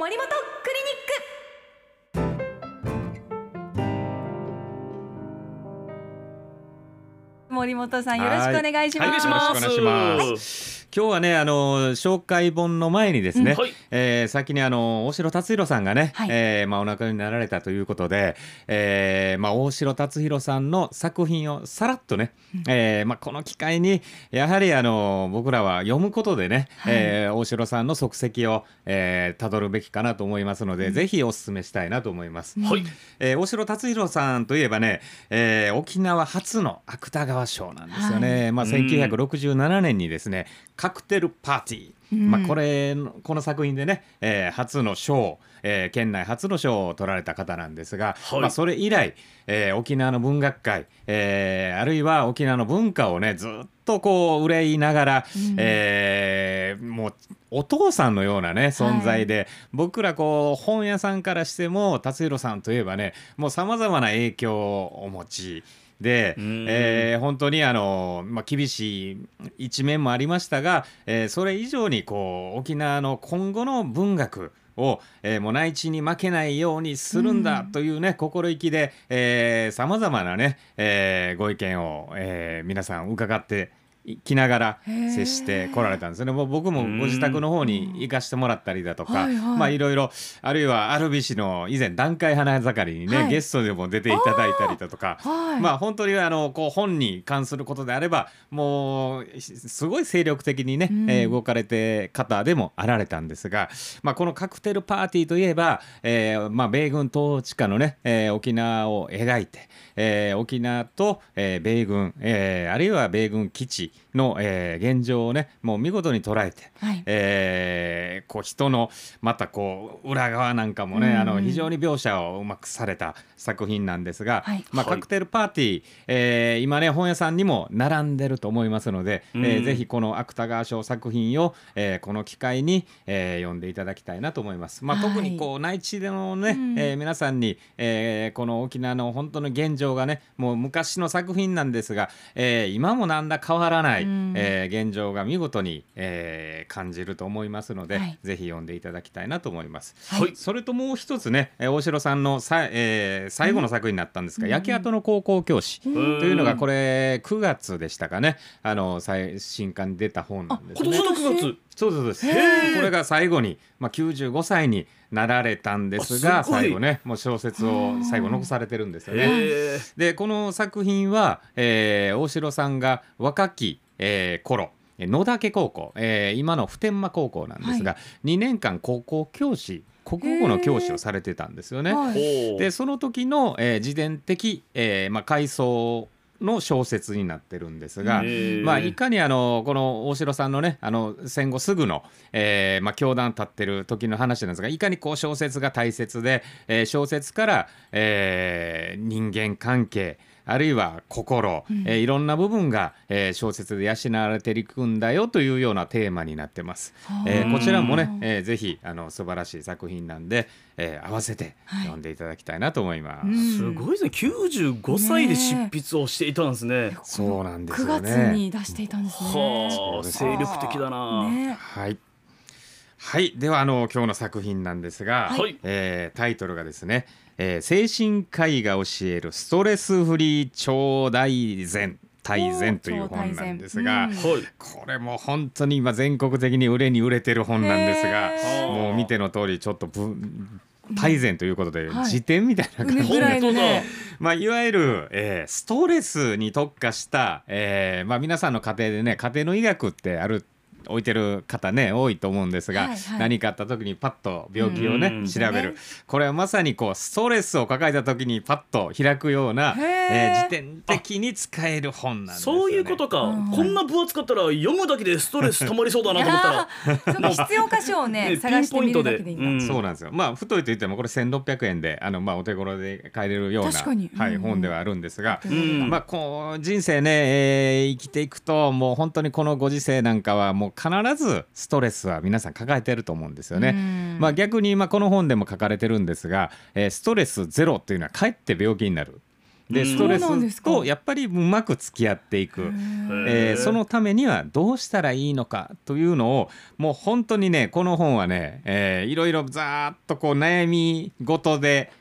森本クリニック。森本さん、よろしくお願いします。 よろしくお願いします。今日はね、紹介本の前にですね、先に大城達弘さんがね、お亡くなりになられたということで、大城達弘さんの作品をさらっとね、この機会にやはり僕らは読むことでね、大城さんの足跡をたどるべきかなと思いますので、ぜひお勧めしたいなと思います。大城達弘さんといえばね、沖縄初の芥川賞なんですよね。1967年にですね、カクテルパーティー、この作品でね、初の賞、県内初の賞を取られた方なんですが、それ以来、沖縄の文学界、あるいは沖縄の文化をねずっとこう憂いながら、もうお父さんのようなね存在で、僕らこう本屋さんからしても達弘さんといえばね、もうさまざまな影響をお持ちで、本当に厳しい一面もありましたが、それ以上にこう沖縄の今後の文学を、もう内地に負けないようにするんだというね、心意気でさまざまなね、ご意見を、皆さん伺ってきながら接してこられたんですよね。もう僕もご自宅の方に行かしてもらったりだとか、いろいろ、あるいはアルビ氏の以前団塊花盛りにね、ゲストでも出ていただいたりだとか、本当にこう本に関することであればもうすごい精力的にね、動かれて方でもあられたんですが、このカクテルパーティーといえば、米軍統治下のね、沖縄を描いて、沖縄と、米軍、あるいは米軍基地の、現状をねもう見事に捉えて、こう人のまたこう裏側なんかもね、非常に描写をうまくされた作品なんですが、カクテルパーティー、今ね本屋さんにも並んでると思いますので、ぜひこの芥川賞作品を、この機会に、読んでいただきたいなと思います。特にこう内地でのね、皆さんに、この沖縄の本当の現状がね、もう昔の作品なんですが、今もなんだ変わらない、現状が見事に、感じると思いますので、ぜひ読んでいただきたいなと思います。それともう一つね、大城さんの最後の作品になったんですが、焼け跡の高校教師というのがこれ9月でしたかね、最新刊に出た本なんですね。 今年の9月。 そうです。これが最後に、95歳になられたんですが、最後ねもう小説を最後残されてるんですよね。でこの作品は、大城さんが若き、頃野岳高校、今の普天間高校なんですが、2年間高校教師国語の教師をされてたんですよね。でその時の、自伝的、回想の小説になってるんですが、いかにこの大城さんのね戦後すぐの、教団立ってる時の話なんですが、いかにこう小説が大切で、小説から、人間関係あるいは心、いろんな部分が、小説で養われていくんだよというようなテーマになってます。こちらもね、ぜひ素晴らしい作品なんで、合わせて読んでいただきたいなと思います。 すごいですね。95歳で執筆をしていたんですね。 そうなんですよね。 9月に出していたんですね。 精力的だな。 はい、では今日の作品なんですが、タイトルがですね、精神科医が教えるストレスフリー超大全大全という本なんですが、これも本当に今全国的に売れに売れてる本なんですが、もう見ての通りちょっと大全ということで、辞典みたいな感じで、いわゆる、ストレスに特化した、皆さんの家庭でね家庭の医学って置いてる方ね多いと思うんですが、何かあった時にパッと病気をね調べる、これはまさにこうストレスを抱えた時にパッと開くような、辞典的に使える本なんですよね。 そういうことか、こんな分厚かったら読むだけでストレス溜まりそうだなと思ったらその必要箇所をね探してみるだけでいいんだ。 そうなんですよ。太いと言ってもこれ1600円でお手頃で買えれるような、本ではあるんですが、こう人生ね、生きていくともう本当にこのご時世なんかはもう必ずストレスは皆さん抱えてると思うんですよね。逆にこの本でも書かれてるんですが、ストレスゼロというのはかえって病気になる。 でストレスとやっぱりうまく付き合っていく、そのためにはどうしたらいいのかというのをもう本当にねこの本はね、いろいろざーっとこう悩み事で、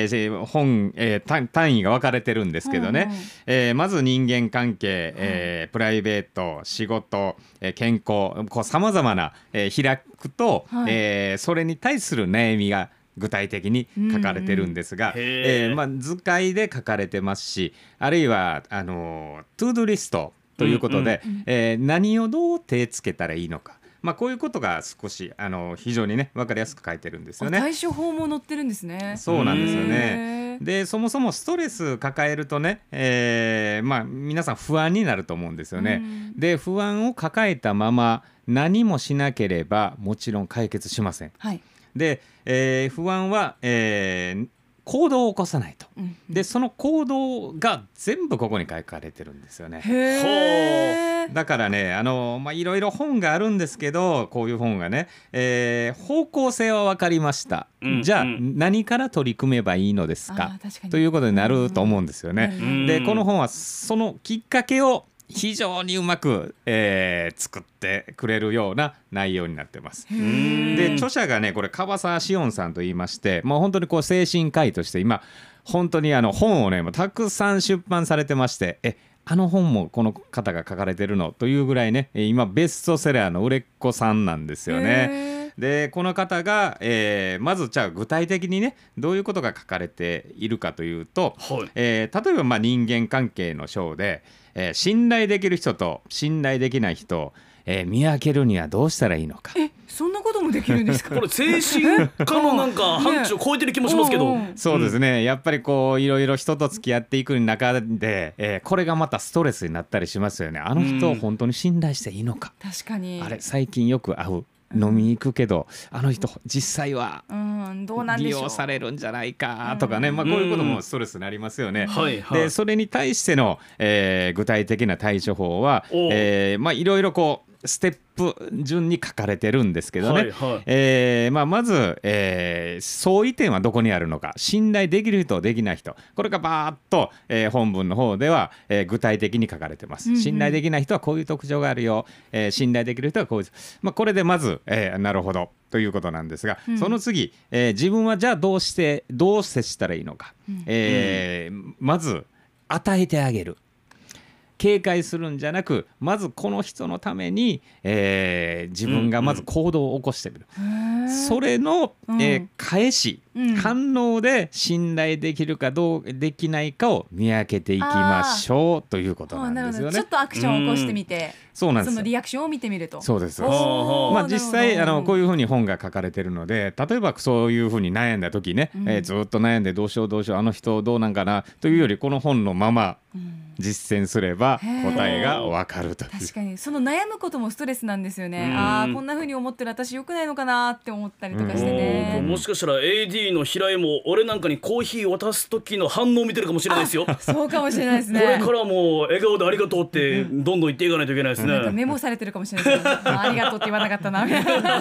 単位が分かれてるんですけどね、まず人間関係、プライベート仕事、健康こう様々な、開くと、それに対する悩みが具体的に書かれてるんですが、図解で書かれてますし、あるいはトゥードゥリストということで、何をどう手つけたらいいのか、こういうことが少し非常にね分かりやすく書いてるんですよね。 対処法も載ってるんですね。 そうなんですよね。でそもそもストレス抱えるとね、皆さん不安になると思うんですよね。で不安を抱えたまま何もしなければもちろん解決しません。で、不安は、行動を起こさないと、でその行動が全部ここに書かれてるんですよね。だからねいろいろ本があるんですけど、こういう本がね、方向性は分かりました、じゃあ何から取り組めばいいのですかということになると思うんですよね。でこの本はそのきっかけを非常にうまく、作ってくれるような内容になってます。で著者がねこれ樺沢紫音さんと言いまして、本当にこう精神科医として今本当に本をねたくさん出版されてまして、本もこの方が書かれてるのというぐらいね今ベストセラーの売れっ子さんなんですよね。でこの方が、まずじゃあ具体的にねどういうことが書かれているかというと、例えば人間関係の章で、信頼できる人と信頼できない人を、見分けるにはどうしたらいいのか。 そんなこともできるんですか。 これ精神科のなんか範疇を超えてる気もしますけど、 そうですね、やっぱりこういろいろ人と付き合っていく中で、これがまたストレスになったりしますよね。あの人を本当に信頼していいのか、 確かにあれ最近よく会う飲みに行くけど、あの人実際は利用されるんじゃないかとかね、こういうこともストレスになりますよね。でそれに対しての、具体的な対処法は、いろいろこうステップ順に書かれてるんですけどね、まず、相違点はどこにあるのか、信頼できる人できない人、これがバーッと、本文の方では、具体的に書かれてます。信頼できない人はこういう特徴があるよ、信頼できる人はこういう、これでまず、なるほどということなんですが、その次、自分はじゃあどう接したらいいのか、まず与えてあげる、警戒するんじゃなくまずこの人のために、自分がまず行動を起こしてみる、それの、返し、反応で信頼できるかどうできないかを見分けていきましょうということなんですよね。 ちょっとアクションを起こしてみて、 そうなんです、 そのリアクションを見てみると。 そうです。実際こういうふうに本が書かれてるので、例えばそういうふうに悩んだ時ね、ずっと悩んでどうしようあの人どうなんかなというより、この本のまま実践すれば答えが分かるという。 確かにその悩むこともストレスなんですよね。こんな風に思ってる私良くないのかなって思ったりとかしてね。 もしかしたら AD の平井も俺なんかにコーヒー渡す時の反応を見てるかもしれないですよ。 そうかもしれないですね。 これからも笑顔でありがとうってどんどん言っていかないといけないですね。 なんかメモされてるかもしれないですね。ありがとうって言わなかったなみたいな。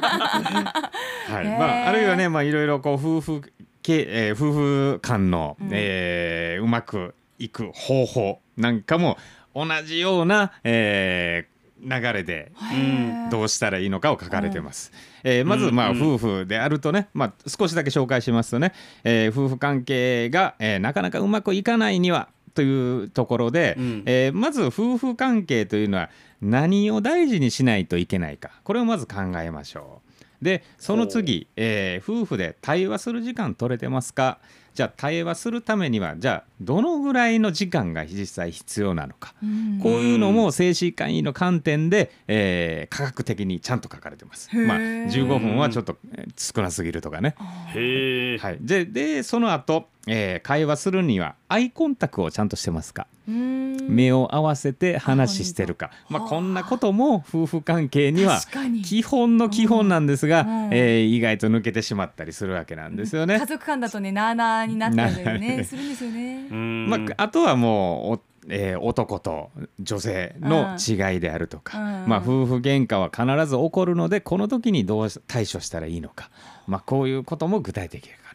あるいはね、いろいろこう夫婦間の、うまくいく方法なんかも同じような、流れでどうしたらいいのかを書かれてます。まず夫婦であるとね、少しだけ紹介しますとね、夫婦関係が、なかなかうまくいかないにはというところで、まず夫婦関係というのは何を大事にしないといけないか、これをまず考えましょう。でその次、夫婦で対話する時間取れてますか。じゃあ対話するためにはじゃあどのぐらいの時間が実際必要なのか、こういうのも精神科医の観点で、科学的にちゃんと書かれてます。15分はちょっと少なすぎるとかね。でその後、会話するにはアイコンタクトをちゃんとしてますか、目を合わせて話してるか、こんなことも夫婦関係には基本の基本なんですが、意外と抜けてしまったりするわけなんですよね。 家族間だとね、なあなあになったりねするんですよね。 あとはもう男と女性の違いであるとか、夫婦喧嘩は必ず起こるのでこの時にどう対処したらいいのか、こういうことも具体的に書かれて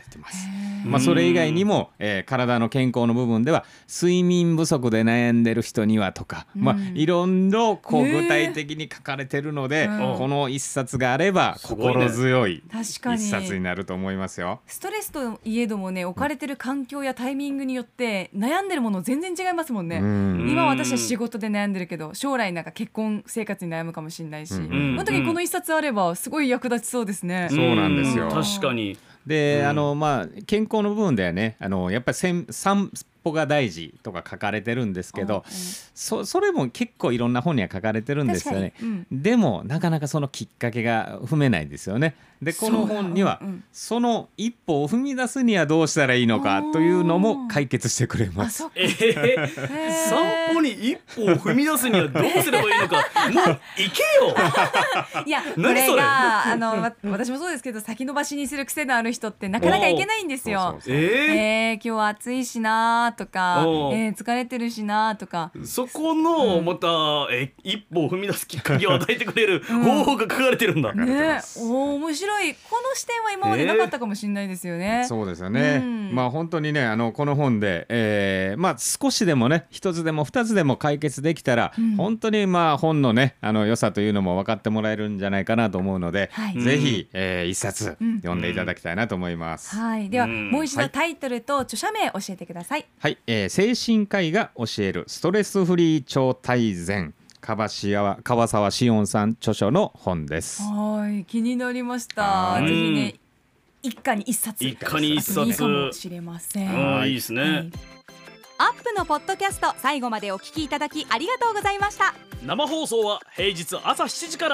れてます。それ以外にも、体の健康の部分では睡眠不足で悩んでる人にはとか、いろんなこう具体的に書かれてるので、この一冊があれば心強い一冊になると思いますよ。 ストレスといえどもね、置かれてる環境やタイミングによって悩んでるもの全然違いますもんね。今私は仕事で悩んでるけど、将来なんか結婚生活に悩むかもしれないし、その時にこの一冊あればすごい役立ちそうですね。 そうなんですよ。 確かに。 で、健康の部分ではね、やっぱり散歩が大事とか書かれてるんですけど、それも結構いろんな本には書かれてるんですよね。でもなかなかそのきっかけが踏めないんですよね。でこの本にはその一歩を踏み出すにはどうしたらいいのかというのも解決してくれます。 散歩に一歩を踏み出すにはどうすればいいのか、もう行けよいや、これが私もそうですけど、先延ばしにする癖のある人ってなかなかいけないんですよ。今日は暑いしなとか、疲れてるしなとか、 そこのまた一歩を踏み出すきっかけを与えてくれる方法が書かれてるんだね。面白い。この視点は今までなかったかもしれないですよね。 そうですよね。本当にね、この本で、少しでもね、一つでも二つでも解決できたら、本当に本のね良さというのも分かってもらえるんじゃないかなと思うので、ぜひ、一冊読んでいただきたいなと思います。 ではもう一度タイトルと著者名教えてください。 精神科医が教えるストレスフリー腸体全、川沢志音さん著書の本です。 気になりました。ぜひね、一家に一冊いいかもしれません。 いいですね。 アップのポッドキャスト、最後までお聞きいただきありがとうございました。 生放送は平日朝7時から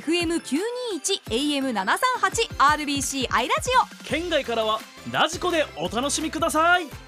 FM921 AM738 RBC アイラジオ。 県外からはラジコでお楽しみください。